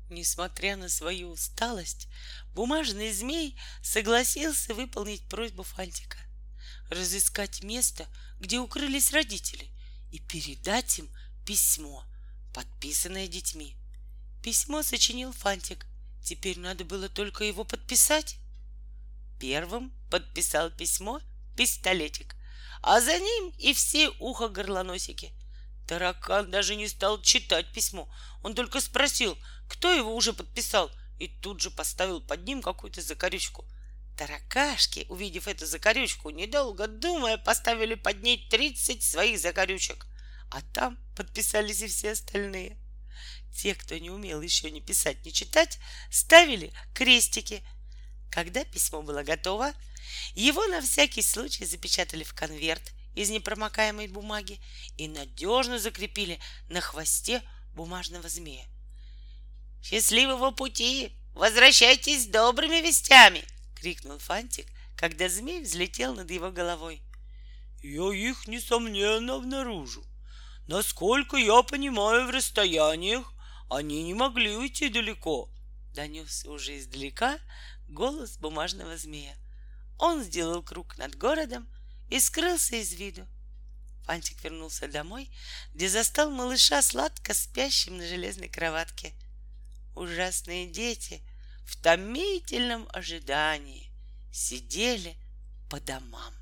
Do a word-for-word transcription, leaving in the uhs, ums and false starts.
Несмотря на свою усталость, бумажный змей согласился выполнить просьбу Фантика, разыскать место, где укрылись родители, и передать им письмо, подписанное детьми. Письмо сочинил Фантик. Теперь надо было только его подписать. Первым подписал письмо Пистолетик, а за ним и все ухо-горлоносики. Таракан даже не стал читать письмо. Он только спросил, кто его уже подписал, и тут же поставил под ним какую-то закорючку. Таракашки, увидев эту закорючку, недолго думая, поставили под ней тридцать своих закорючек, а там подписались и все остальные. Те, кто не умел еще ни писать, ни читать, ставили крестики. Когда письмо было готово, его на всякий случай запечатали в конверт из непромокаемой бумаги и надежно закрепили на хвосте бумажного змея. «Счастливого пути! Возвращайтесь с добрыми вестями!» — крикнул Фантик, когда змей взлетел над его головой. «Я их, несомненно, обнаружу. Насколько я понимаю, в расстояниях они не могли уйти далеко», — донесся уже издалека голос бумажного змея. Он сделал круг над городом и скрылся из виду. Фантик вернулся домой, где застал малыша сладко спящим на железной кроватке. Ужасные дети в томительном ожидании сидели по домам.